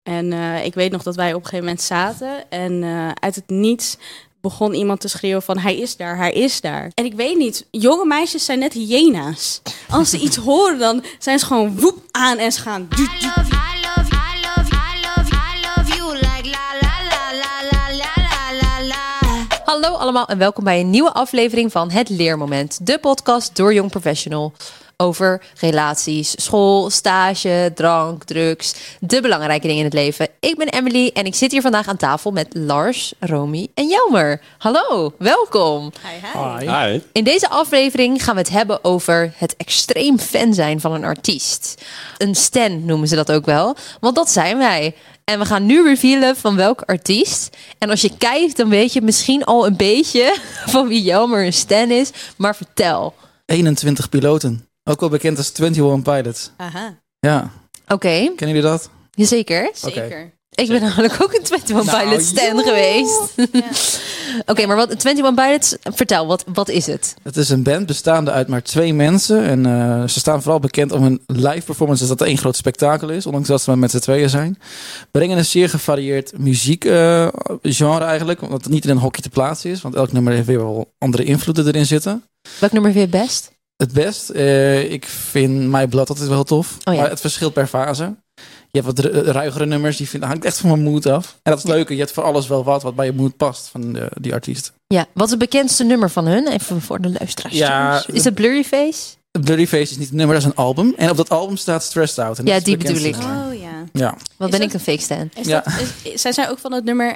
En ik weet nog dat wij op een gegeven moment zaten. En uit het niets begon iemand te schreeuwen van hij is daar, hij is daar. En ik weet niet, jonge meisjes zijn net hyena's. Als ze iets horen, dan zijn ze gewoon woep aan en ze gaan... Hallo allemaal en welkom bij een nieuwe aflevering van Het Leermoment. De podcast door Young Professional over relaties, school, stage, drank, drugs. De belangrijke dingen in het leven. Ik ben Emily en ik zit hier vandaag aan tafel met Lars, Romy en Jelmer. Hallo, welkom. Hi. In deze aflevering gaan we het hebben over het extreem fan zijn van een artiest. Een stan noemen ze dat ook wel, want dat zijn wij. En we gaan nu revealen van welke artiest. En als je kijkt, dan weet je misschien al een beetje van wie Jelmer een stan is. Maar vertel. 21 piloten. Ook wel bekend als 21 Pilots. Aha, Ja. Oké, Kennen jullie dat? jazeker. zeker. Ik ben namelijk ook een 21 Pilots stan geweest. Ja. Oké, maar wat 21 Pilots, vertel, wat is het? Het is een band bestaande uit maar 2 mensen. En ze staan vooral bekend om hun live performances dat er één groot spektakel is. Ondanks dat ze maar met z'n tweeën zijn. Brengen een zeer gevarieerd muziekgenre eigenlijk. Omdat het niet in een hokje te plaatsen is. Want elk nummer heeft weer wel andere invloeden erin zitten. Welk nummer vind je het best? Het best, ik vind My Blood altijd wel tof. Oh ja. Maar het verschilt per fase. Je hebt wat ruigere nummers, hangt echt van mijn mood af. En dat is leuk, je hebt voor alles wel wat bij je mood past van die artiest. Ja, wat is het bekendste nummer van hun? Even voor de luisteraars. Ja, Is het Blurry Face? Blurry Face is niet een nummer, dat is een album. En op dat album staat Stressed Out. En Ja, dat is die het bekendste bedoel ik. nummer. Oh ja. Ja. Wat Is ben dat- ik een fake stan? Is Ja. zij zijn ook van het nummer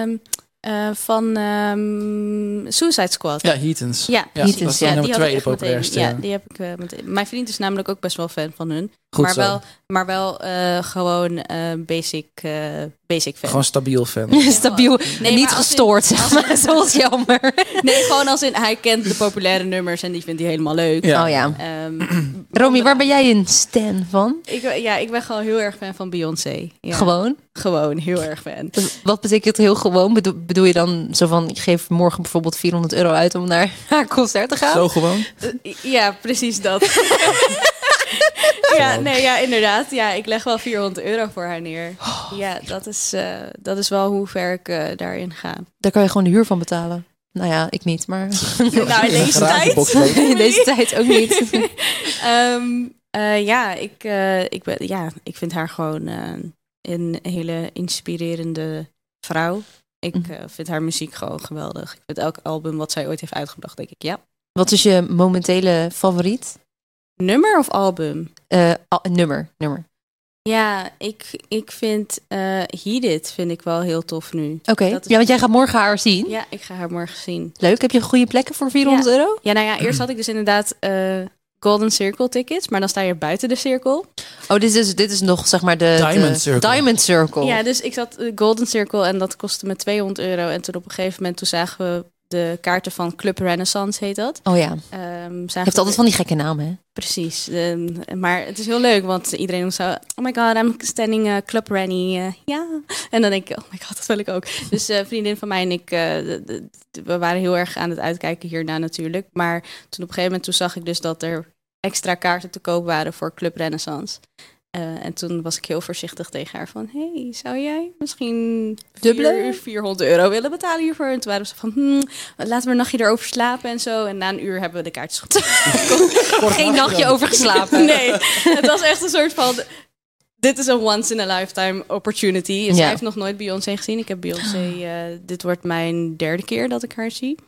van Suicide Squad. Ja, Heathens. Ja, Heathens, dat is ja, nummer had 2, ik de echt meteen. populairste. Ja, die heb ik meteen. Mijn vriend is namelijk ook best wel fan van hun. Goed maar zo. wel gewoon basic fan. Gewoon stabiel fan. Stabiel, Nee, niet maar als in- gestoord, zeg maar, zoals Jelmer. Nee, gewoon als in hij kent de populaire nummers en die vindt hij helemaal leuk. Ja. Oh ja. Ehm, Romy, waar ben jij een stan van? ik ben gewoon heel erg fan van Beyoncé. Ja, Gewoon? heel erg fan. Wat betekent heel gewoon? Bedoel je dan zo van, ik geef morgen bijvoorbeeld €400 uit om naar haar concert te gaan? Zo gewoon. Ja, precies dat. Ja, inderdaad. Ja, ik leg wel €400 voor haar neer. Ja, dat is wel hoe ver ik daarin ga. Daar kan je gewoon de huur van betalen. Nou ja, ik niet, maar Nou, in deze tijd. Garagebox leuk. in deze tijd ook niet. Ik vind haar gewoon een hele inspirerende vrouw. Ik vind haar muziek gewoon geweldig. Ik vind elk album wat zij ooit heeft uitgebracht, denk ik, ja. Wat is je momentele favoriet? Nummer of album? Nummer. Ja, ik vind Heat It vind ik wel heel tof nu. Oké, Dat is- ja, want jij gaat morgen haar zien. Ja, ik ga haar morgen zien. Leuk, heb je goede plekken voor €400? Ja, nou ja, eerst had ik dus inderdaad Golden Circle tickets, maar dan sta je buiten de cirkel. Oh, dit is nog zeg maar de Diamond Circle. Diamond Circle. Ja, dus ik zat Golden Circle en dat kostte me €200. En toen op een gegeven moment, toen zagen we de kaarten van Club Renaissance, heet dat. Oh ja, heeft altijd van die gekke namen, hè? Precies. Maar het is heel leuk, want iedereen was zo... Oh my god, I'm standing Club Rennie. Ja. En dan denk ik, oh my god, dat wil ik ook. Dus vriendin van mij en ik, we waren heel erg aan het uitkijken hierna natuurlijk. Maar toen op een gegeven moment toen zag ik dus dat er extra kaarten te koop waren voor Club Renaissance. En toen was ik heel voorzichtig tegen haar van... Hey, zou jij misschien Dubbele? €400 willen betalen hiervoor? En toen waren ze van... laten we een nachtje erover slapen en zo. En na een uur hebben we de kaartjes Geen nachtje over geslapen. Nee, het was echt een soort van... Dit is een once in a lifetime opportunity. En zij heeft nog nooit Beyoncé gezien. Ik heb Beyoncé... dit wordt mijn 3e keer dat ik haar zie.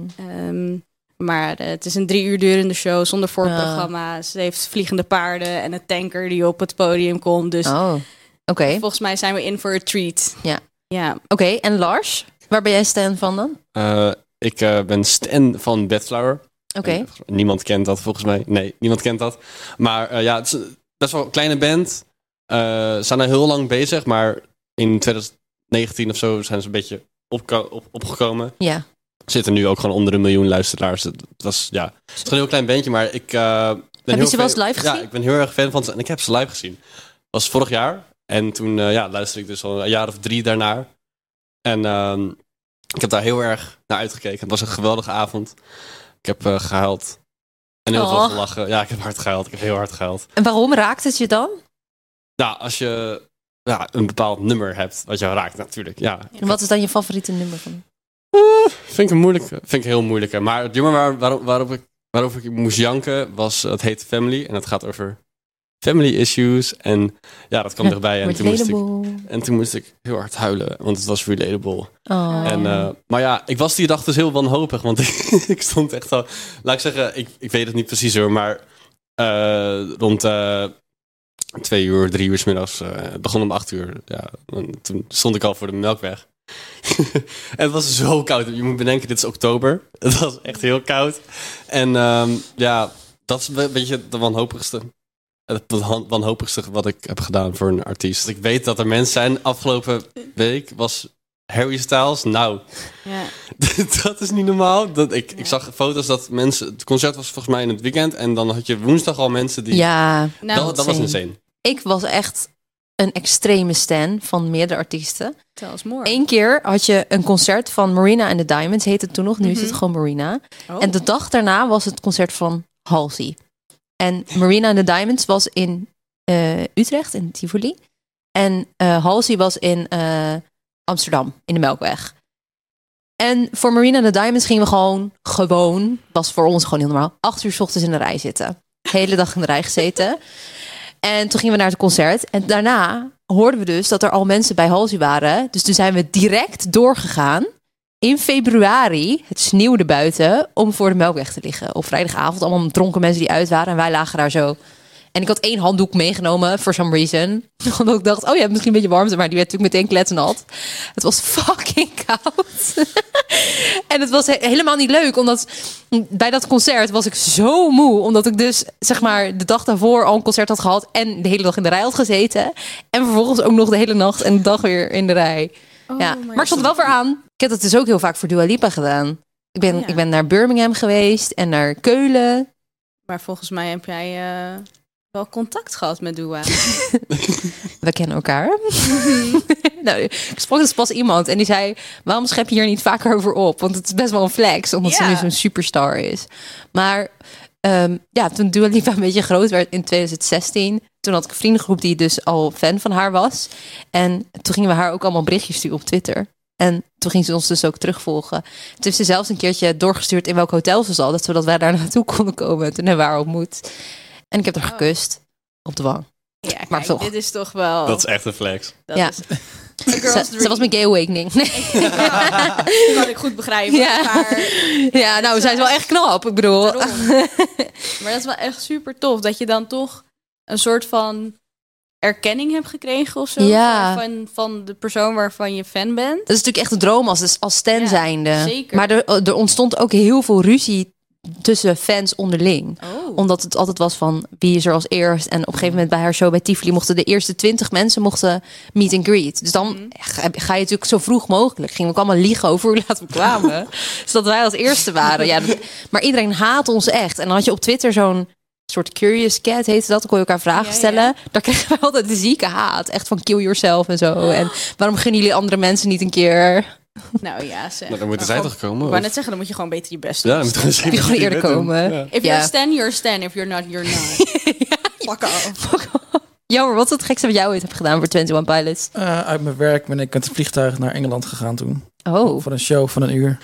Maar het is een 3 uur durende show zonder voorprogramma. Ze heeft vliegende paarden en een tanker die op het podium komt. Dus Oké. volgens mij zijn we in voor a treat. Ja. Oké, en Lars? Waar ben jij stan van dan? Ik ben stan van Bedflower. Oké. Niemand kent dat volgens mij. Nee, niemand kent dat. Maar het is best wel een kleine band. Ze zijn er heel lang bezig, maar in 2019 of zo zijn ze een beetje opgekomen. Ja. Zitten nu ook gewoon onder 1 miljoen luisteraars. Het is een heel klein bandje, maar ik ben Heb je ze wel eens live gezien? Ja, ik ben heel erg fan van ze en ik heb ze live gezien. Dat was vorig jaar en toen luisterde ik dus al een jaar of 3 daarnaar. En ik heb daar heel erg naar uitgekeken. Het was een geweldige avond. Ik heb gehuild en heel veel gelachen. Ja, ik heb hard gehuild. Ik heb heel hard gehuild. En waarom raakt het je dan? Nou, als je een bepaald nummer hebt wat jou raakt natuurlijk. Ja. En wat is dan je favoriete nummer van? Vind ik heel moeilijk. Maar het nummer waarover ik moest janken was, het heet Family. En het gaat over family issues. En ja, dat kwam erbij. En toen moest ik heel hard huilen, want het was relatable. Oh. Maar ja, ik was die dag dus heel wanhopig. Want ik stond echt al... Laat ik zeggen, ik weet het niet precies hoor, maar rond 2 uur, 3 uur 's middags. Het begon om 8 uur. Ja, toen stond ik al voor de Melkweg. En het was zo koud. Je moet bedenken, dit is oktober. Het was echt heel koud. En dat is een beetje de wanhopigste. Het wanhopigste wat ik heb gedaan voor een artiest. Ik weet dat er mensen zijn. Afgelopen week was Harry Styles. Nou, dat is niet normaal. Ik zag foto's dat mensen... Het concert was volgens mij in het weekend. En dan had je woensdag al mensen die... Ja, dat was insane. Ik was echt een extreme stan van meerdere artiesten. Tell us more. 1 keer had je een concert van Marina and the Diamonds, heette het toen nog. Nu is het gewoon Marina. Oh. En de dag daarna was het concert van Halsey. En Marina and the Diamonds was in Utrecht, in Tivoli. En Halsey was in Amsterdam, in de Melkweg. En voor Marina and the Diamonds gingen we gewoon, was voor ons gewoon heel normaal, 8 uur 's ochtends in de rij zitten. De hele dag in de rij gezeten. En toen gingen we naar het concert. En daarna hoorden we dus dat er al mensen bij Halsey waren. Dus toen zijn we direct doorgegaan. In februari, het sneeuwde buiten, om voor de Melkweg te liggen. Op vrijdagavond, allemaal dronken mensen die uit waren. En wij lagen daar zo. En ik had 1 handdoek meegenomen, for some reason. Omdat ik dacht, je hebt misschien een beetje warmte. Maar die werd natuurlijk meteen kletsnat. Het was fucking koud. En het was helemaal niet leuk. Omdat bij dat concert was ik zo moe. Omdat ik dus, zeg maar, de dag daarvoor al een concert had gehad. En de hele dag in de rij had gezeten. En vervolgens ook nog de hele nacht en de dag weer in de rij. Ja. Maar ik stond er wel voor aan. Ik heb dat dus ook heel vaak voor Dua Lipa gedaan. Ik ben naar Birmingham geweest en naar Keulen. Maar volgens mij heb jij wel contact gehad met Dua. We kennen elkaar. Nou, ik sprak dus pas iemand en die zei, waarom schep je hier niet vaker over op? Want het is best wel een flex, omdat ze nu zo'n superstar is. Maar toen Dua Lipa een beetje groot werd in 2016... Toen had ik een vriendengroep die dus al fan van haar was. En toen gingen we haar ook allemaal berichtjes sturen op Twitter. En toen ging ze ons dus ook terugvolgen. Toen heeft ze zelfs een keertje doorgestuurd in welk hotel ze zat, zodat wij daar naartoe konden komen. Toen hebben we haar ontmoet. En ik heb haar gekust op de wang. Ja, kijk, maar toch. Dit is toch wel... Dat is echt een flex. Ja. Ze was mijn gay awakening. Nee. Dat kan ik goed begrijpen. Ja, Maar, nou, zij is wel echt knap. Ik bedoel... Maar dat is wel echt super tof. Dat je dan toch een soort van erkenning hebt gekregen of zo. Ja. Van de persoon waarvan je fan bent. Dat is natuurlijk echt een droom als stan zijnde. Zeker. Maar er ontstond ook heel veel ruzie tussen fans onderling. Oh. Omdat het altijd was van wie is er als eerst. En op een gegeven moment bij haar show bij Tivoli mochten de eerste 20 mensen meet and greet. Dus dan ga je natuurlijk zo vroeg mogelijk. Gingen we ook allemaal liegen over hoe laat we kwamen. Zodat wij als eerste waren. Ja, maar iedereen haat ons echt. En dan had je op Twitter zo'n soort curious cat heette dat. Dan kon je elkaar vragen stellen. Ja. Daar kregen we altijd de zieke haat. Echt van kill yourself en zo. En waarom gunnen jullie andere mensen niet een keer... Nou ja, zeg. Maar dan moeten zij toch komen? Ik wou net zeggen, dan moet je gewoon beter je best doen. Ja, dan moet je gewoon eerder komen. Ja. If you're stan, you're stan. If you're not, you're not. Fuck off. Jammer, wat is het gekste wat jij ooit hebt gedaan voor 21 Pilots? Uit mijn werk ben ik met het vliegtuig naar Engeland gegaan toen. Oh. Voor een show van 1 uur.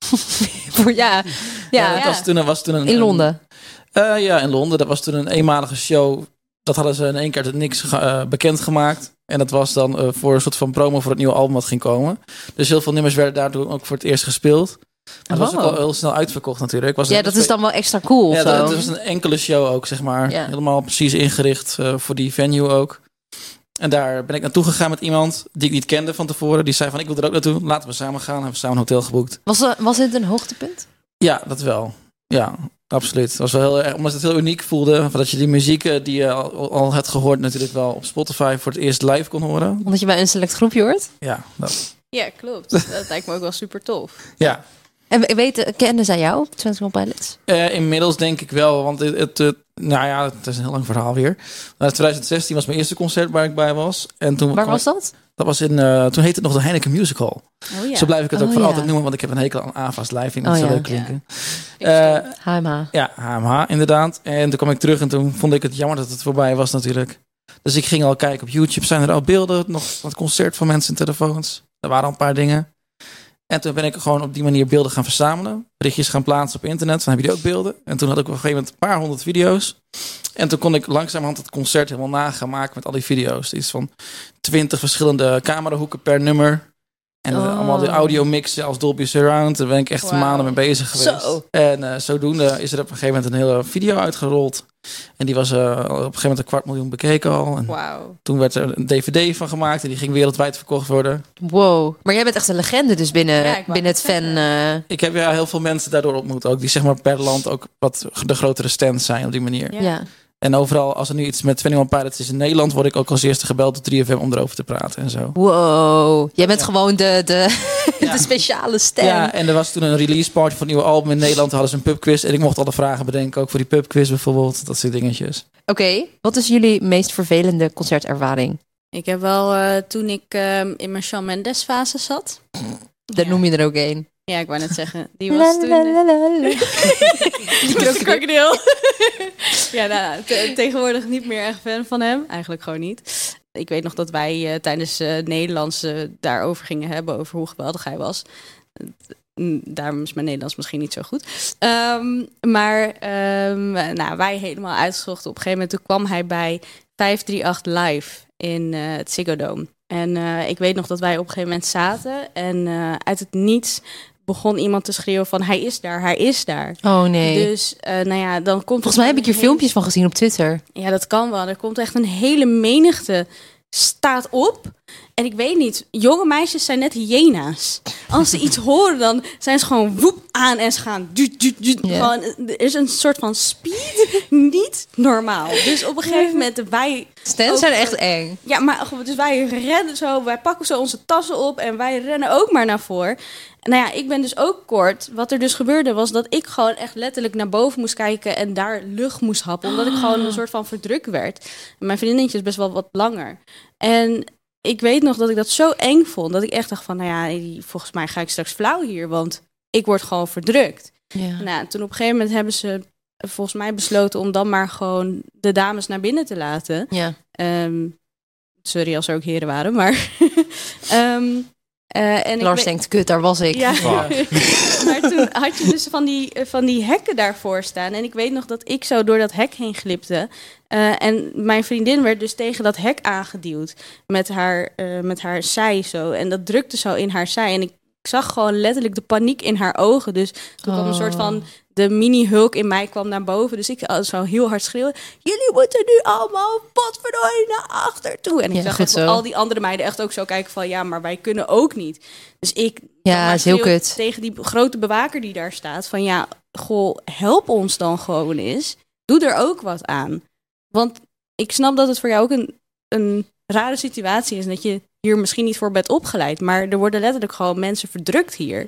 Ja. Was toen een, in Londen? Ja, in Londen. Dat was toen een eenmalige show. Dat hadden ze in 1 keer uit het niks bekendgemaakt. En dat was dan voor een soort van promo voor het nieuwe album wat ging komen. Dus heel veel nummers werden daardoor ook voor het eerst gespeeld. Maar dat was ook al heel snel uitverkocht natuurlijk. Dat is dan wel extra cool. Ja, dat was een enkele show ook, zeg maar. Ja. Helemaal precies ingericht voor die venue ook. En daar ben ik naartoe gegaan met iemand die ik niet kende van tevoren. Die zei van, ik wil er ook naartoe. Laten we samen gaan. Hebben we samen een hotel geboekt. Was het een hoogtepunt? Ja, dat wel. Ja, absoluut. Het was wel heel erg, omdat het heel uniek voelde. Dat je die muziek die je al had gehoord natuurlijk wel op Spotify voor het eerst live kon horen. Omdat je bij een select groepje hoort? Ja, dat. Ja, klopt. Dat lijkt me ook wel super tof. Ja. En kennen zij jou, 21 Pilots? Inmiddels denk ik wel, want het is een heel lang verhaal weer. 2016 was mijn eerste concert waar ik bij was. En toen waar was dat? Dat was toen heette het nog de Heineken Musical. Oh, ja. Zo blijf ik het ook voor altijd noemen, want ik heb een hekel aan AVA's live. Vind ik zo leuk klinken. HMH. Ja, HMH inderdaad. En toen kwam ik terug en toen vond ik het jammer dat het voorbij was natuurlijk. Dus ik ging al kijken op YouTube. Zijn er al beelden? Nog wat concert van mensen in telefoons? Er waren al een paar dingen. En toen ben ik gewoon op die manier beelden gaan verzamelen. Berichtjes gaan plaatsen op internet. Dan heb je ook beelden. En toen had ik op een gegeven moment een paar honderd video's. En toen kon ik langzamerhand het concert helemaal nagaan maken met al die video's. Iets van 20 verschillende camerahoeken per nummer. En allemaal de audio mixen als Dolby Surround. Daar ben ik echt maanden mee bezig geweest. Zo. En zodoende is er op een gegeven moment een hele video uitgerold. En die was op een gegeven moment 250.000 bekeken al. En toen werd er een DVD van gemaakt. En die ging wereldwijd verkocht worden. Wow. Maar jij bent echt een legende dus binnen het fan... Ik heb heel veel mensen daardoor ontmoet ook. Die zeg maar per land ook wat de grotere stands zijn op die manier. Ja. En overal, als er nu iets met 21 Pilots is in Nederland, word ik ook als eerste gebeld door 3FM om erover te praten en zo. Wow. Jij bent gewoon de speciale stem. Ja, en er was toen een release party van een nieuwe album in Nederland. Hadden ze een pubquiz en ik mocht alle vragen bedenken. Ook voor die pubquiz bijvoorbeeld. Dat soort dingetjes. Oké. Wat is jullie meest vervelende concertervaring? Ik heb wel, toen ik in mijn Shawn Mendes fase zat. Daar noem je er ook één. Ja, ik wou net zeggen. Die was toen... Die krokodil. Ja, nou, tegenwoordig niet meer echt fan van hem. Eigenlijk gewoon niet. Ik weet nog dat wij tijdens Nederlandse daarover gingen hebben. Over hoe geweldig hij was. Daarom is mijn Nederlands misschien niet zo goed. Maar wij helemaal uitgezocht. Op een gegeven moment toen kwam hij bij 538 Live in het Ziggo Dome. En ik weet nog dat wij op een gegeven moment zaten. En uit het niets begon iemand te schreeuwen van hij is daar, hij is daar. Oh nee. Dus dan komt... Volgens mij heb ik hier filmpjes van gezien op Twitter. Ja, dat kan wel. Er komt echt een hele menigte staat op. En ik weet niet, jonge meisjes zijn net hyena's. Als ze iets horen, dan zijn ze gewoon woep aan en ze gaan... Gewoon, er is een soort van speed niet normaal. Dus op een gegeven moment wij... Stands zijn echt eng. Ja, maar dus wij rennen zo, wij pakken zo onze tassen op en wij rennen ook maar naar voren. Nou ja, ik ben dus ook kort. Wat er dus gebeurde was dat ik gewoon echt letterlijk naar boven moest kijken en daar lucht moest happen. Omdat ik gewoon een soort van verdrukt werd. En mijn vriendinnetje is best wel wat langer. En ik weet nog dat ik dat zo eng vond. Dat ik echt dacht van, volgens mij ga ik straks flauw hier. Want ik word gewoon verdrukt. Ja. Nou, toen op een gegeven moment hebben ze volgens mij besloten om dan maar gewoon de dames naar binnen te laten. Ja. Sorry als er ook heren waren, maar... Lars denkt, kut, daar was ik. Ja. Maar toen had je dus van die hekken daarvoor staan. En ik weet nog dat ik zo door dat hek heen glipte. En mijn vriendin werd dus tegen dat hek aangeduwd. Met haar zij zo. En dat drukte zo in haar zij. En ik zag gewoon letterlijk de paniek in haar ogen. Dus toen kwam een soort van... De mini-Hulk in mij kwam naar boven. Dus ik zo heel hard schreeuwen. Jullie moeten nu allemaal potverdorie naar achter toe. En ik zag echt al die andere meiden echt ook zo kijken van... Ja, maar wij kunnen ook niet. Dus ik is heel kut. Tegen die grote bewaker die daar staat. Van ja, goh, help ons dan gewoon eens. Doe er ook wat aan. Want ik snap dat het voor jou ook een rare situatie is. En dat je hier misschien niet voor bent opgeleid. Maar er worden letterlijk gewoon mensen verdrukt hier.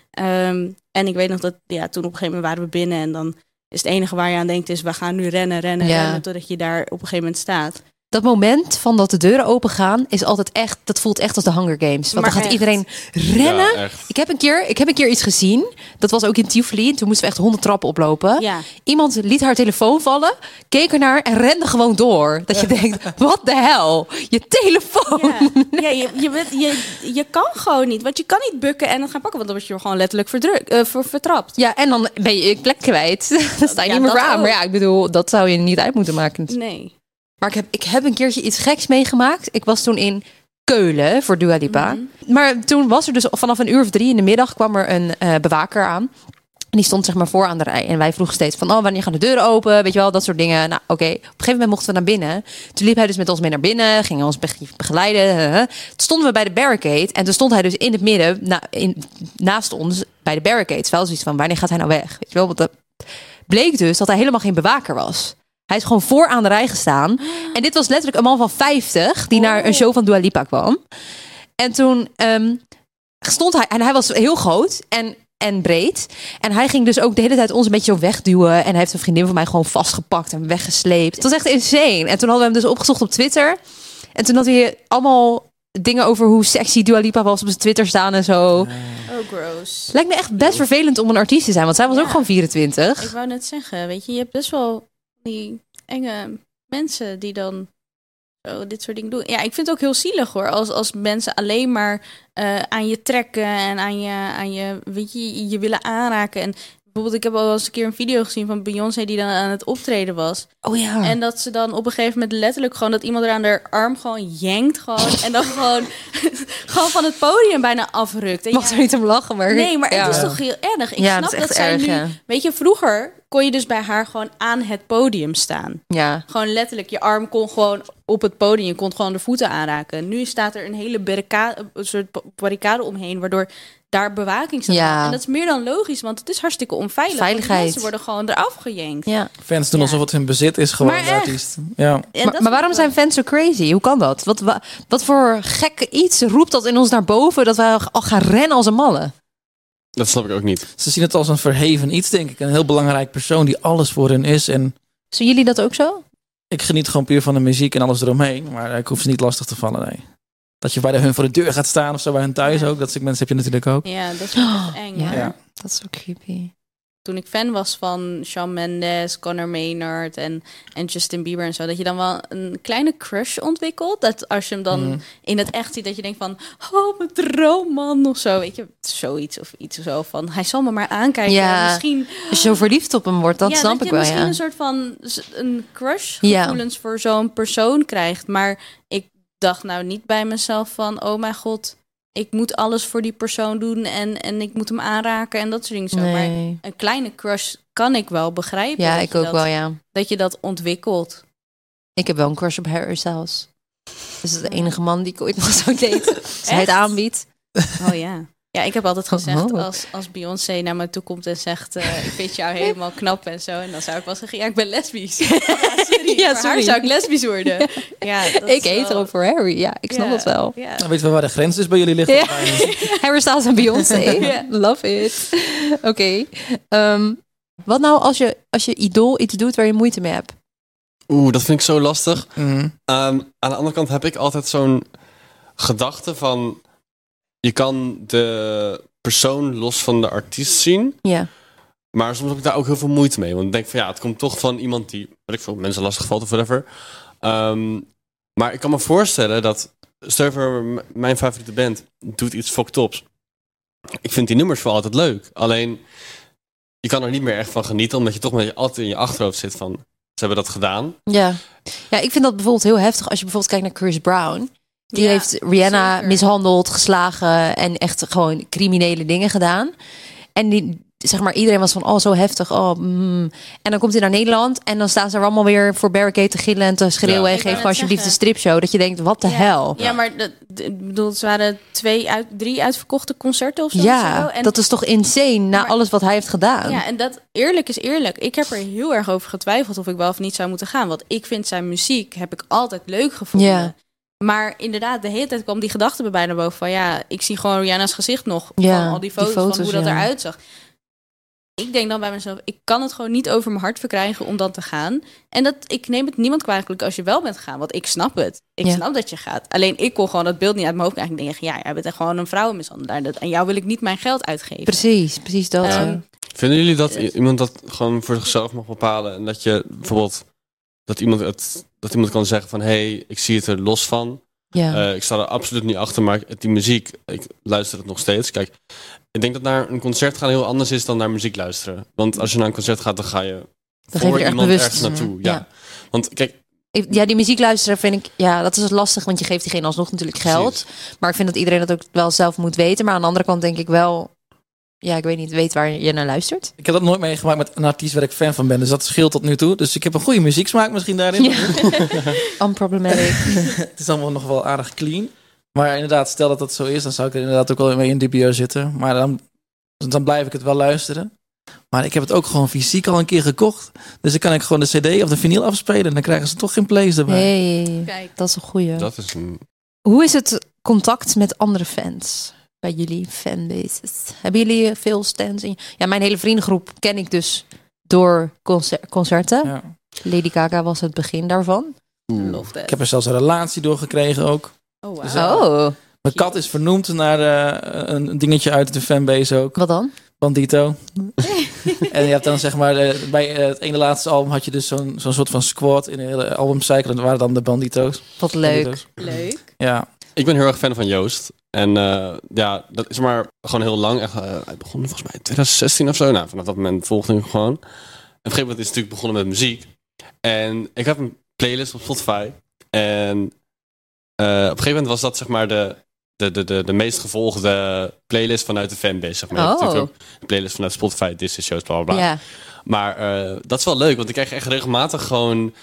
En ik weet nog dat toen op een gegeven moment waren we binnen. En dan is het enige waar je aan denkt is... we gaan nu rennen... totdat je daar op een gegeven moment staat. Dat moment van dat de deuren open gaan is altijd echt... dat voelt echt als de Hunger Games. Want dan gaat iedereen rennen. Ja, ik heb een keer iets gezien. Dat was ook in Tivoli. En toen moesten we echt 100 trappen oplopen. Ja. Iemand liet haar telefoon vallen, keek ernaar en rende gewoon door. Dat je denkt, wat de hel? Je telefoon. Ja, je kan gewoon niet. Want je kan niet bukken en het gaan pakken. Want dan word je gewoon letterlijk vertrapt. Ja, en dan ben je plek kwijt. Dan sta je niet meer aan. Maar ja, ik bedoel, dat zou je niet uit moeten maken. Nee. Maar ik heb een keertje iets geks meegemaakt. Ik was toen in Keulen voor Dua Lipa. Mm-hmm. Maar toen was er dus vanaf 1:00 of 3 in de middag... kwam er een bewaker aan. En die stond zeg maar voor aan de rij. En wij vroegen steeds van, wanneer gaan de deuren open? Weet je wel, dat soort dingen. Nou, oké. Op een gegeven moment mochten we naar binnen. Toen liep hij dus met ons mee naar binnen. Ging ons begeleiden. Toen stonden we bij de barricade. En toen stond hij dus in het midden, naast ons, bij de barricade. Wel zoiets van, wanneer gaat hij nou weg? Weet je wel, want dat bleek dus dat hij helemaal geen bewaker was. Hij is gewoon voor aan de rij gestaan. En dit was letterlijk een man van 50... die naar een show van Dua Lipa kwam. En toen stond hij... En hij was heel groot en breed. En hij ging dus ook de hele tijd ons een beetje zo wegduwen. En hij heeft een vriendin van mij gewoon vastgepakt en weggesleept. Het was echt insane. En toen hadden we hem dus opgezocht op Twitter. En toen had hij allemaal dingen over hoe sexy Dua Lipa was op zijn Twitter staan en zo. Oh, gross. Lijkt me echt best vervelend om een artiest te zijn. Want zij was ook gewoon 24. Ik wou net zeggen, weet je hebt best wel... die enge mensen die dan dit soort dingen doen. Ja, ik vind het ook heel zielig hoor. Als mensen alleen maar aan je trekken en aan je weet je willen aanraken. En bijvoorbeeld, ik heb al eens een keer een video gezien van Beyoncé die dan aan het optreden was. Oh ja. En dat ze dan op een gegeven moment letterlijk gewoon dat iemand er aan haar arm gewoon jenkt gewoon. En dan gewoon van het podium bijna afrukt. En Ik mag er niet om lachen, maar... nee, maar ja. het is toch heel erg. Ik Ja, snap dat is echt dat zij erg, nu... ja. Weet je, vroeger kon je dus bij haar gewoon aan het podium staan. Ja. Gewoon letterlijk, je arm kon gewoon op het podium. Je kon gewoon de voeten aanraken. Nu staat er een hele een soort barricade omheen, waardoor daar bewaking staat. Ja. En dat is meer dan logisch, want het is hartstikke onveilig. Veiligheid. Want mensen worden gewoon eraf gejenkt. Ja. Fans doen Ja. alsof het hun bezit is gewoon, Maar de echt. artiest. Ja. En dat Maar waarom is zijn fans zo crazy? Hoe kan dat? Wat voor gekke iets roept dat in ons naar boven dat wij al gaan rennen als een malle? Dat snap ik ook niet. Ze zien het als een verheven iets, denk ik. Een heel belangrijk persoon die alles voor hen is. En Zien jullie dat ook zo? ik geniet gewoon puur van de muziek en alles eromheen. Maar ik hoef ze niet lastig te vallen, nee. Dat je bij hun voor de deur gaat staan of zo, bij hun thuis ook. Dat soort mensen heb je natuurlijk ook. Ja, dat is wel echt eng. Ja. hoor. Ja. Dat is zo creepy. Toen ik fan was van Shawn Mendes, Conor Maynard en Justin Bieber en zo, dat je dan wel een kleine crush ontwikkelt. Dat als je hem dan in het echt ziet, dat je denkt van, oh, mijn droomman of zo. Weet je, zoiets of iets zo van, hij zal me maar aankijken. Ja. En misschien Als je zo verliefd op hem wordt, dat ja, snap dat ik je wel, misschien ja. een soort van een crush Ja. gevoelens voor zo'n persoon krijgt. Maar ik dacht nou niet bij mezelf van, oh mijn god, ik moet alles voor die persoon doen en ik moet hem aanraken en dat soort dingen zo. Maar Nee. een kleine crush kan ik wel begrijpen. Ja, dat ik je ook dat, wel, ja. Dat je dat ontwikkelt. Ik heb wel een crush op Harry Styles. Dat is de enige man die ik ooit nog zou daten. Als hij het aanbiedt. Oh ja. Ja, ik heb altijd gezegd, Oh. als Beyoncé naar me toe komt en zegt, ik vind jou helemaal knap en zo. En dan zou ik wel zeggen, ja, ik ben lesbisch. Ja, sorry, Ja, voor haar sorry. zou ik lesbisch worden. Ja, dat Ik is eet wel- erop voor Harry. Ja, ik snap Ja, dat wel. Ja. Dan weten we waar de grens is bij jullie ligt. Ja. Harry Styles en Beyoncé. Ja. Love it. Oké. Wat nou als je idool iets doet waar je moeite mee hebt? Dat vind ik zo lastig. Mhm. Aan de andere kant heb ik altijd zo'n gedachte van, je kan de persoon los van de artiest zien. Ja. Maar soms heb ik daar ook heel veel moeite mee. Want ik denk van ja, het komt toch van iemand die, weet ik veel, mensen lastig valt of whatever. Maar ik kan me voorstellen dat, stel je voor, mijn favoriete band doet iets fucked ups. Ik vind die nummers wel altijd leuk. Alleen, je kan er niet meer echt van genieten, omdat je toch altijd in je achterhoofd zit van, ze hebben dat gedaan. Ja. Ja, ik vind dat bijvoorbeeld heel heftig als je bijvoorbeeld kijkt naar Chris Brown. Die Ja, heeft Rihanna zeker. mishandeld, geslagen en echt gewoon criminele dingen gedaan. En die, zeg maar, iedereen was van, oh, zo heftig. En dan komt hij naar Nederland en dan staan ze er allemaal weer voor Barricade te gillen en te schreeuwen. Ja. En Ik geef wou me net alsjeblieft een zeggen. stripshow. Dat je denkt, wat de hel? Ja, maar ik bedoel, het waren 3 uitverkochte concerten of zo. Ja, of zo. En, dat is toch insane na Maar- alles wat hij heeft gedaan. ja, en dat eerlijk is eerlijk. Ik heb er heel erg over getwijfeld of ik wel of niet zou moeten gaan. Want ik vind zijn muziek, heb ik altijd leuk gevonden. Ja. Maar inderdaad, de hele tijd kwam die gedachte bij mij naar boven van, ja, ik zie gewoon Rihanna's gezicht nog Ja, van al die die foto's, van hoe dat ja. eruit zag. Ik denk dan bij mezelf, ik kan het gewoon niet over mijn hart verkrijgen om dan te gaan. En ik neem het niemand kwalijk als je wel bent gegaan, want ik snap het. Ik Ja. snap dat je gaat. Alleen ik kon gewoon dat beeld niet uit mijn hoofd krijgen. Ik denk, ja, jij bent echt gewoon een vrouwenmishandelaar. En jou wil ik niet mijn geld uitgeven. Precies dat. Ehm, Vinden jullie dat Yes. iemand dat gewoon voor zichzelf mag bepalen? En dat je bijvoorbeeld, dat iemand kan zeggen van, hey, ik zie het er los van. ja. Ik sta er absoluut niet achter, maar die muziek, ik luister het nog steeds. Kijk, ik denk dat naar een concert gaan heel anders is dan naar muziek luisteren. Want als je naar een concert gaat, dan ga je geef je voor er echt iemand bewust. ergens naartoe. Ja. Ja. Want kijk, Ja, die muziek luisteren vind ik, ja, dat is lastig, want je geeft diegene alsnog natuurlijk geld. Precies. Maar ik vind dat iedereen dat ook wel zelf moet weten. Maar aan de andere kant denk ik wel, ja, ik weet niet, weet waar je naar luistert. Ik heb dat nooit meegemaakt met een artiest waar ik fan van ben. Dus dat scheelt tot nu toe. Dus ik heb een goede muzieksmaak misschien daarin. Ja. Unproblematic. Het is allemaal nog wel aardig clean. Maar inderdaad, stel dat dat zo is, dan zou ik er inderdaad ook wel mee in dubio zitten. Maar dan blijf ik het wel luisteren. Maar ik heb het ook gewoon fysiek al een keer gekocht. Dus dan kan ik gewoon de cd of de vinyl afspelen. En dan krijgen ze toch geen plays erbij. Hey, Kijk. dat is een goeie. dat is een... Hoe is het contact met andere fans bij jullie fanbases? Hebben jullie veel stands in? Ja, mijn hele vriendengroep ken ik dus door concerten. Ja. Lady Gaga was het begin daarvan. Love that. Ik heb er zelfs een relatie door gekregen ook. Oh, wow. Dus, Oh, Mijn kat is vernoemd naar een dingetje uit de fanbase ook. wat dan? Bandito. En je hebt dan zeg maar, bij het ene laatste album had je dus zo'n soort van squad in de hele albumcycle. En dat waren dan de Bandito's. Wat leuk. Bandito's. Leuk. Ja. Ik ben heel erg fan van Joost. En ja, dat is maar gewoon heel lang. Echt, hij begon volgens mij in 2016 of zo. Nou, vanaf dat moment volgde ik gewoon. En op een gegeven moment is het natuurlijk begonnen met muziek. En ik heb een playlist op Spotify. En op een gegeven moment was dat zeg maar de meest gevolgde playlist vanuit de fanbase. Zeg maar. Je hebt natuurlijk ook de playlist vanuit Spotify, Disney shows, bla bla bla. Ja. Maar dat is wel leuk, want ik krijg echt regelmatig gewoon...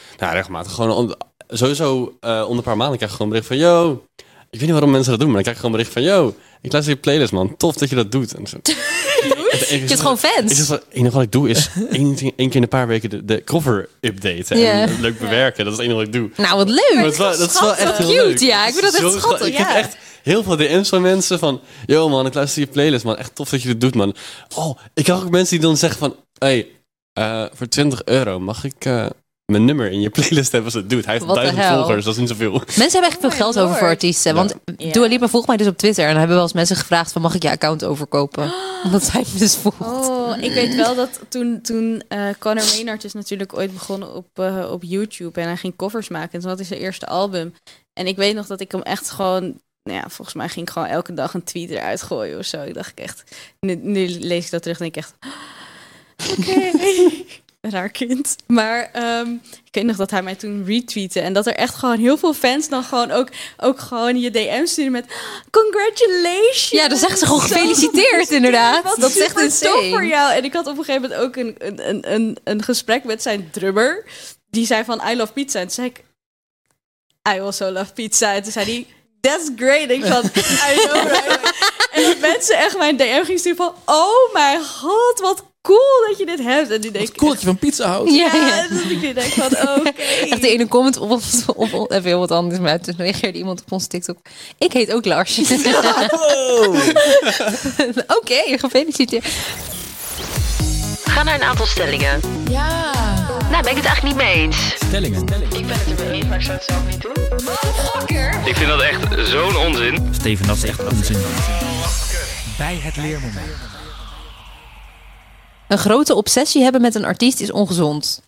sowieso onder een paar maanden krijg ik gewoon een bericht van... Yo, ik weet niet waarom mensen dat doen, maar ik krijg gewoon een bericht van... Yo, ik luister je playlist, man. Tof dat je dat doet. En zo. Je hebt gewoon fans. Het enige wat ik doe is één keer in een paar weken de cover updaten. Ja. En leuk bewerken. Dat is het enige wat ik doe. Nou, wat leuk. Maar dat is wel echt heel Cute, leuk. ja. Ik vind dat echt Zo schattig, Ik heb ja. echt heel veel DM's van mensen van... Yo man, ik luister je playlist, man. Echt tof dat je dit doet, man. Oh, ik krijg ook mensen die dan zeggen van... Hey, voor €20 mag ik mijn nummer in je playlist hebben als het doet. Hij heeft What the 1000 hell? volgers, dat is niet zoveel. Mensen hebben echt veel geld over voor artiesten. Want Ja. Dua Lipa volgt mij dus op Twitter. En dan hebben wel eens mensen gevraagd van... mag ik je account overkopen? Omdat zij me dus volgt. Oh, ik weet wel dat toen Conor Maynard is natuurlijk ooit begonnen op YouTube. En hij ging covers maken. En toen had hij zijn eerste album. En ik weet nog dat ik hem echt gewoon... Nou ja, volgens mij ging ik gewoon elke dag een tweet eruit gooien of zo. Ik dacht echt... Nu lees ik dat terug en denk ik echt... Oké. Raar kind. Maar ik weet nog dat hij mij toen retweette. En dat er echt gewoon heel veel fans dan gewoon ook gewoon je DM sturen met... Congratulations! Ja, dan zeggen ze gewoon Zo gefeliciteerd, inderdaad. Wat Dat is echt super insane. tof voor jou. En ik had op een gegeven moment ook een gesprek met zijn drummer. Die zei van, I love pizza. En toen zei ik, I also love pizza. En toen zei hij, that's great. En ik van, I know, right? En dat mensen echt mijn DM gingen sturen van, oh mijn god, wat cool dat je dit hebt. En die denk Wat cool dat je van pizza houdt. Ja, ja. ja, dus ik denk van, oké. Echt de ene comment op even heel wat anders. Maar toen reageerde iemand op ons TikTok. Ik heet ook Lars. Oké, gefeliciteerd. Ga naar een aantal stellingen. Ja. Nou, ben ik het eigenlijk niet mee eens. Ik ben het er mee eens, maar ik zou het zelf niet doen. Ik vind dat echt zo'n onzin. Steven, dat is echt onzin. Bij het leermoment. Een grote obsessie hebben met een artiest is ongezond.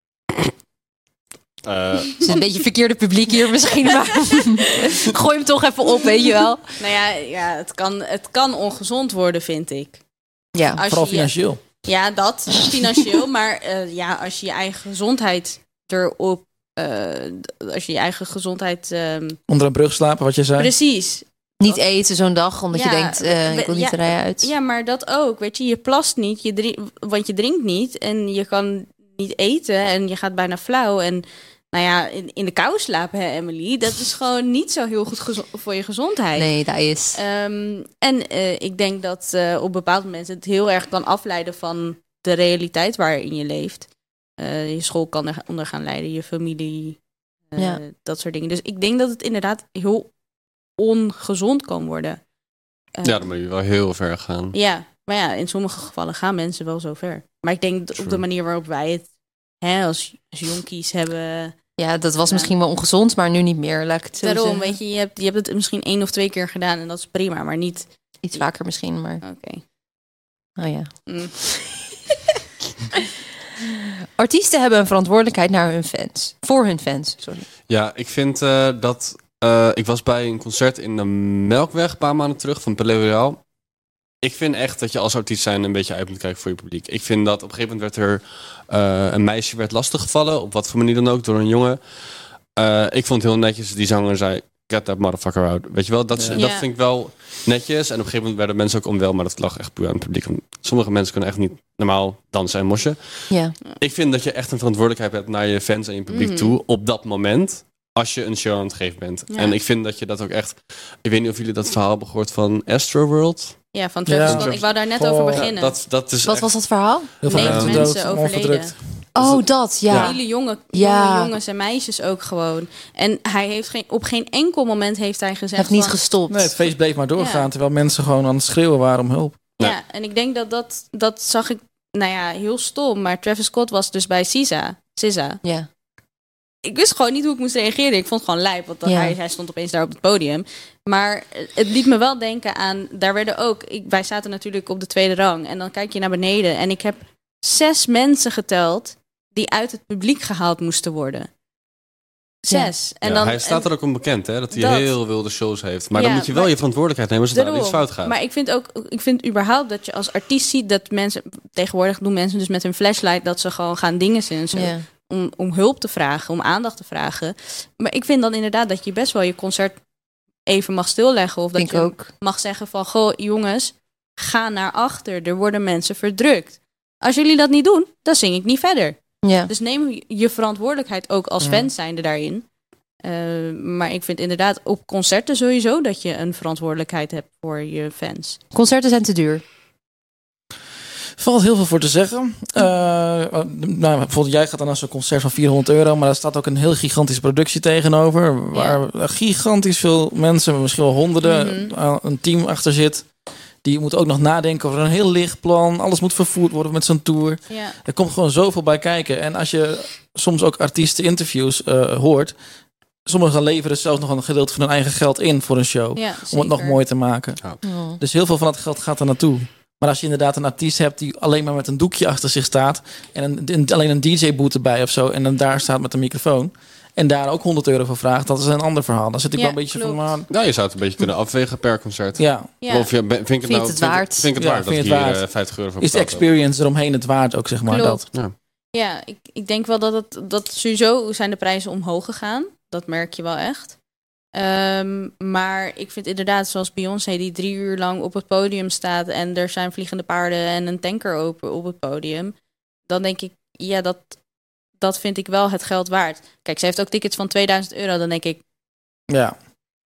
Het is een beetje verkeerde publiek hier misschien. Maar gooi hem toch even op, weet je wel. Nou ja, het kan ongezond worden, vind ik. Ja. Als Vooral je- financieel. Ja, dat financieel. Maar als je je eigen gezondheid erop... als je je eigen gezondheid... Onder een brug slapen, wat je zei. precies. Niet eten zo'n dag, omdat je Ja, denkt, ik wil niet de rij uit. Ja, maar dat ook. Weet je, je plast niet, want je drinkt niet. En je kan niet eten en je gaat bijna flauw. En nou ja, in de kou slapen, hè, Emily. Dat is gewoon niet zo heel goed voor je gezondheid. Nee, dat is. Ik denk dat op bepaalde momenten het heel erg kan afleiden van de realiteit waarin je leeft. Je school kan eronder gaan leiden, je familie, Ja. dat soort dingen. Dus ik denk dat het inderdaad heel ongezond kan worden. Ja, dan moet je wel heel ver gaan. Ja, maar ja, in sommige gevallen gaan mensen wel zo ver. Maar ik denk dat op de manier waarop wij het als jonkies hebben... Ja, dat was misschien wel ongezond, maar nu niet meer. Laat ik het zo Daarom, zeggen. weet je hebt het misschien 1 of 2 keer gedaan en dat is prima, maar niet... Iets vaker misschien, maar... Oké. Oh ja. Mm. Artiesten hebben een verantwoordelijkheid naar hun fans. Voor hun fans, sorry. Ja, ik vind dat... ik was bij een concert in de Melkweg een paar maanden terug van Palais Royal. Ik vind echt dat je als artiest zijn een beetje uit moet kijken voor je publiek. Ik vind dat op een gegeven moment werd er een meisje werd lastiggevallen, op wat voor manier dan ook, door een jongen. Ik vond het heel netjes, die zanger zei, get that motherfucker out. Weet je wel, dat Ja. vind ik wel netjes. En op een gegeven moment werden mensen ook onwel, maar dat lag echt puur aan het publiek. Want sommige mensen kunnen echt niet normaal dansen en mosje. Ja. Ik vind dat je echt een verantwoordelijkheid hebt naar je fans en je publiek toe op dat moment. Als je een show aan het geven bent. Ja. En ik vind dat je dat ook echt... Ik weet niet of jullie dat verhaal hebben gehoord van Astroworld. Ja, van Travis Ja. Scott. Ik wou daar net over beginnen. Dat is Wat echt... was dat verhaal? Heel veel 9 mensen mensen dood, overleden. ongedrukt. Oh, dat, ja. Hele jonge Ja. jongens en meisjes ook gewoon. En hij heeft op geen enkel moment heeft hij gezegd... Hij heeft niet van- gestopt. Nee, het feest bleef maar doorgaan, Ja. terwijl mensen gewoon aan het schreeuwen waren om hulp. Ja, en ik denk dat zag ik, nou ja, heel stom. Maar Travis Scott was dus bij SZA. Ja. ik wist gewoon niet hoe ik moest reageren. Ik vond het gewoon lijp, want hij stond opeens daar op het podium. Maar het liet me wel denken aan... Daar werden ook... wij zaten natuurlijk op de tweede rang. En dan kijk je naar beneden. En ik heb 6 mensen geteld die uit het publiek gehaald moesten worden. 6. Ja. En dan, hij staat er ook om bekend, hè? Dat hij heel wilde shows heeft. Maar dan moet je wel je verantwoordelijkheid nemen als er iets fout gaat. Maar ik vind überhaupt dat je als artiest ziet dat mensen... Tegenwoordig doen mensen dus met hun flashlight... dat ze gewoon gaan dingen en zo. Ja. Om hulp te vragen, om aandacht te vragen. Maar ik vind dan inderdaad dat je best wel je concert even mag stilleggen. Of dat je ook mag zeggen van... Goh, jongens, ga naar achter. Er worden mensen verdrukt. Als jullie dat niet doen, dan zing ik niet verder. Ja. Dus neem je verantwoordelijkheid ook als fan zijnde daarin. Maar ik vind inderdaad op concerten sowieso... dat je een verantwoordelijkheid hebt voor je fans. Concerten zijn te duur. Valt heel veel voor te zeggen. Bijvoorbeeld jij gaat dan naar zo'n concert van €400... maar daar staat ook een heel gigantische productie tegenover... waar gigantisch veel mensen, misschien wel honderden... een team achter zit... Die moet ook nog nadenken over een heel lichtplan. Alles moet vervoerd worden met zo'n tour. Ja. Er komt gewoon zoveel bij kijken. En als je soms ook artiesten interviews hoort... Sommigen leveren zelfs nog een gedeelte van hun eigen geld in voor een show. Ja, om het nog mooi te maken. Ja. Dus heel veel van dat geld gaat er naartoe. Maar als je inderdaad een artiest hebt die alleen maar met een doekje achter zich staat... en alleen een DJ-boot erbij of zo... en dan daar staat met een microfoon... en daar ook €100 voor vraagt, dat is een ander verhaal. Dan zit ik wel een beetje van... Maar... je zou het een beetje kunnen afwegen per concert. Ja. Of vind ik het waard? Vind ik het waard dat hier €50 voor is de experience eromheen het waard ook, zeg maar. Dat. Ja, ik denk wel dat sowieso zijn de prijzen omhoog gegaan. Dat merk je wel echt. Maar ik vind inderdaad, zoals Beyoncé, die 3 uur lang op het podium staat... en er zijn vliegende paarden en een tanker open op het podium... dan denk ik, dat vind ik wel het geld waard. Kijk, ze heeft ook tickets van €2000. Dan denk ik... Ja.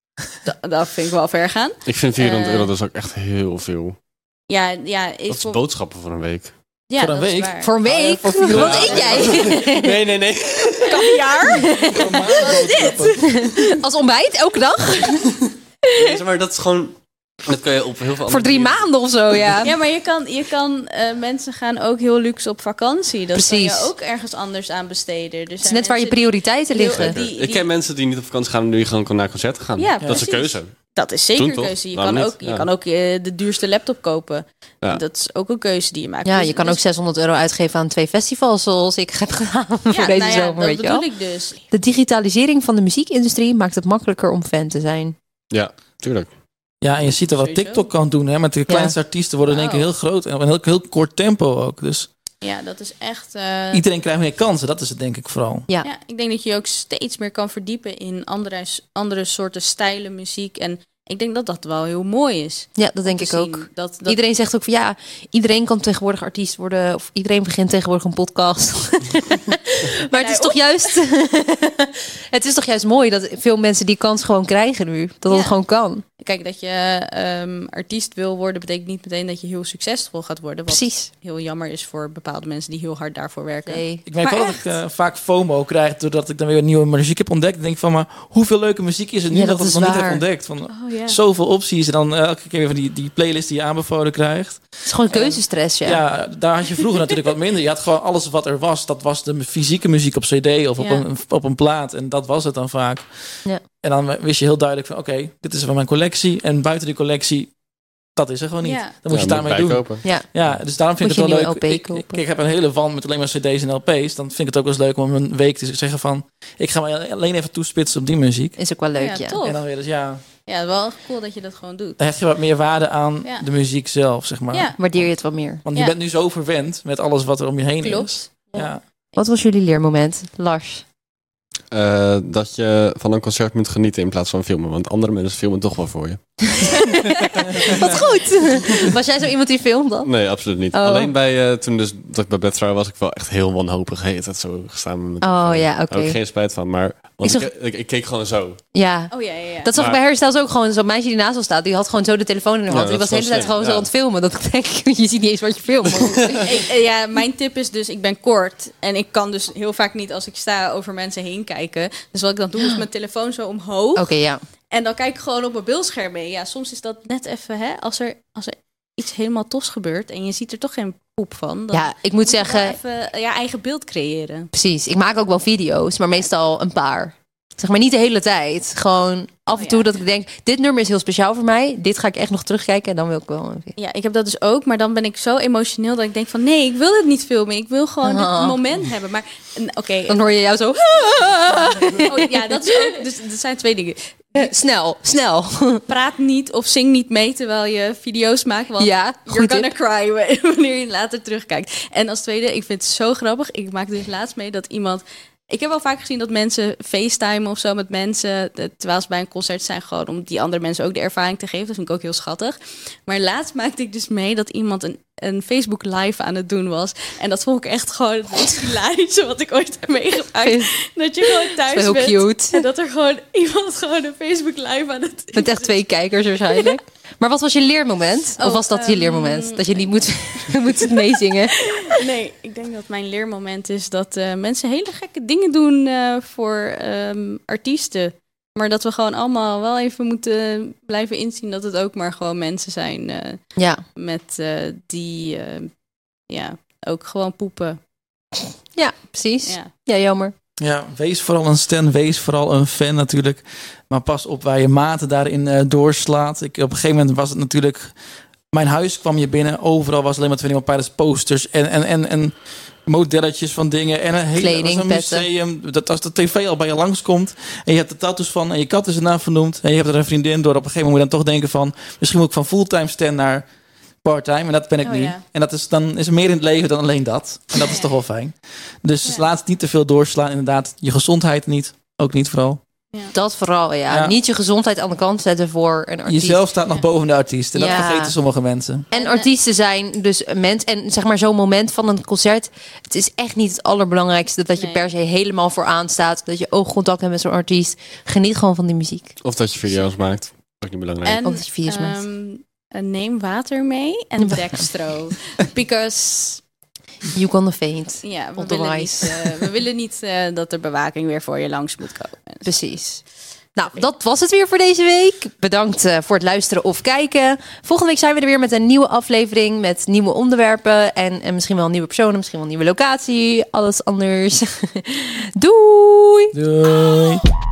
Dat vind ik wel ver gaan. Ik vind €400, dat is ook echt heel veel. Ja. Dat is boodschappen voor een week. Ja, voor een week? Voor een week? Wat eet jij? Nee. Kaviaar? Wat is dit? Als ontbijt, elke dag? Nee, maar dat is gewoon... Dat kan je op heel veel voor 3 maanden of zo, ja. Ja, maar je kan mensen gaan ook heel luxe op vakantie. Dat kan je ook ergens anders aan besteden. Het is net waar je prioriteiten liggen. Ik ken mensen die niet op vakantie gaan... en nu gewoon naar concerten gaan. Ja, dat is een keuze. Dat is zeker een keuze. Je kan ook de duurste laptop kopen. Ja. Dat is ook een keuze die je maakt. Ja, dus, je kan ook €600 uitgeven aan 2 festivals... zoals ik heb gedaan voor deze zomer. Dat bedoel ik dus. De digitalisering van de muziekindustrie... maakt het makkelijker om fan te zijn. Ja, tuurlijk. Ja, en je ziet er wat TikTok kan doen. Hè? Met de kleinste artiesten worden in één keer heel groot. En op een heel kort tempo ook. Dus ja, dat is echt... Iedereen krijgt meer kansen. Dat is het denk ik vooral. Ja, ik denk dat je ook steeds meer kan verdiepen... in andere soorten stijlen muziek. En ik denk dat dat wel heel mooi is. Ja, dat denk ik ook. Dat... Iedereen zegt ook van iedereen kan tegenwoordig artiest worden. Of iedereen begint tegenwoordig een podcast. Maar het is toch juist... het is toch juist mooi dat veel mensen die kans gewoon krijgen nu. Dat het gewoon kan. Kijk, dat je artiest wil worden... betekent niet meteen dat je heel succesvol gaat worden. Wat precies. Heel jammer is voor bepaalde mensen die heel hard daarvoor werken. Nee. Ik merk wel dat ik vaak FOMO krijg... doordat ik dan weer nieuwe muziek heb ontdekt. Ik denk van, maar hoeveel leuke muziek is er nu... dat ik nog niet heb ontdekt. Van, zoveel opties. En dan elke keer weer van die playlist die je aanbevolen krijgt. Het is gewoon keuzestress, Ja, daar had je vroeger natuurlijk wat minder. Je had gewoon alles wat er was. Dat was de fysieke muziek op cd of op een plaat. En dat was het dan vaak. Ja. En dan wist je heel duidelijk van... oké, dit is van mijn collectie. En buiten die collectie, dat is er gewoon niet. Ja. Dan moet je daarmee doen. Ja, dus daarom vind ik het wel leuk. Ik heb een hele wand met alleen maar cd's en lp's. Dan vind ik het ook wel eens leuk om een week te zeggen van... ik ga me alleen even toespitsen op die muziek. Is ook wel leuk, ja. Tof. En dan weer dus Ja, wel cool dat je dat gewoon doet. Dan heb je wat meer waarde aan de muziek zelf, zeg maar. Ja. Waardeer je het wat meer. Want je bent nu zo verwend met alles wat er om je heen is. Ja. Wat was jullie leermoment, Lars? Dat je van een concert moet genieten in plaats van filmen. Want andere mensen filmen toch wel voor je. Wat goed. Was jij zo iemand die filmt dan? Nee, absoluut niet. Alleen bij toen dus dat ik bij Bedtrouw was ik wel echt heel wanhopig. Het zo gestaan met oké. Daar heb ik geen spijt van. Maar ik keek gewoon zo. Ja. Dat zag ik bij Hairstyles ook gewoon. Zo'n meisje die naast ons staat. Die had gewoon zo de telefoon in haar hand. Die was de hele tijd gewoon zo aan het filmen. Dat ik denk, je ziet niet eens wat je filmt. Mijn tip is dus, ik ben kort. En ik kan dus heel vaak niet als ik sta over mensen heen kijken. Dus wat ik dan doe is mijn telefoon zo omhoog. Oké, ja. En dan kijk ik gewoon op mijn beeldscherm mee. Ja, soms is dat net even, als er iets helemaal tofs gebeurt en je ziet er toch geen poep van. Dan Ja, ik moet moet je wel zeggen, even je eigen beeld creëren. precies. Ik maak ook wel video's, maar meestal een paar. Zeg maar niet de hele tijd. Gewoon af en toe dat ik denk, dit nummer is heel speciaal voor mij. Dit ga ik echt nog terugkijken en dan wil ik wel een video. Ja, ik heb dat dus ook, maar dan ben ik zo emotioneel dat ik denk van nee, ik wil het niet filmen. Ik wil gewoon dit moment hebben. Maar oké. Dan hoor je jou zo, Oh, ja, dat is ook. Dus dat zijn 2 dingen. snel. Praat niet of zing niet mee terwijl je video's maakt. Want Ja, you're goed gonna tip. cry wanneer je later terugkijkt. En als tweede, ik vind het zo grappig. Ik maakte dus laatst mee dat iemand... Ik heb wel vaak gezien dat mensen facetimen of zo met mensen... terwijl ze bij een concert zijn, gewoon om die andere mensen ook de ervaring te geven. Dat vind ik ook heel schattig. Maar laatst maakte ik dus mee dat iemand een Facebook live aan het doen was. En dat vond ik echt gewoon het meest hilarische wat ik ooit heb meegemaakt. Dat je gewoon thuis heel bent cute. en dat er gewoon iemand gewoon een Facebook live aan het... Met echt 2 kijkers waarschijnlijk. Maar wat was je leermoment? Of was dat je leermoment? Dat je niet moet meezingen? Nee, ik denk dat mijn leermoment is dat mensen hele gekke dingen doen voor artiesten. Maar dat we gewoon allemaal wel even moeten blijven inzien dat het ook maar gewoon mensen zijn Ja. met die ook gewoon poepen. Ja, precies. Ja. Ja, jammer. Ja, wees vooral een stan, wees vooral een fan natuurlijk. Maar pas op waar je maten daarin doorslaat. Op een gegeven moment was het natuurlijk... Mijn huis kwam je binnen. Overal was alleen maar 21 Pilots posters en modelletjes van dingen. En een hele Kleding, was een museum. Dat als de tv al bij je langskomt. En je hebt er tattoos van. En je kat is ernaar vernoemd. En je hebt er een vriendin door. Op een gegeven moment moet je dan toch denken van... Misschien moet ik van fulltime stan naar part-time. En dat ben ik nu. Ja. En dan is er meer in het leven dan alleen dat. En dat is toch wel fijn. Dus laat het niet te veel doorslaan. Inderdaad, je gezondheid niet. Ook niet vooral. Dat vooral, ja. Niet je gezondheid aan de kant zetten voor een artiest. Jezelf staat nog boven de artiest. En dat Ja. vergeten sommige mensen. En artiesten zijn dus een mens. En zeg maar zo'n moment van een concert. Het is echt niet het allerbelangrijkste dat je Nee. per se helemaal vooraan staat. Dat je oogcontact hebt met zo'n artiest. Geniet gewoon van die muziek. Of dat je video's maakt. Ook niet belangrijk. En Ook dat je video's maakt. neem water mee en dextro. Because... You gonna faint. Ja, Op de reis. we willen niet dat er bewaking weer voor je langs moet komen. Precies. Nou, dat was het weer voor deze week. Bedankt voor het luisteren of kijken. Volgende week zijn we er weer met een nieuwe aflevering. Met nieuwe onderwerpen. En misschien wel nieuwe personen. Misschien wel een nieuwe locatie. Alles anders. Doei! Doei.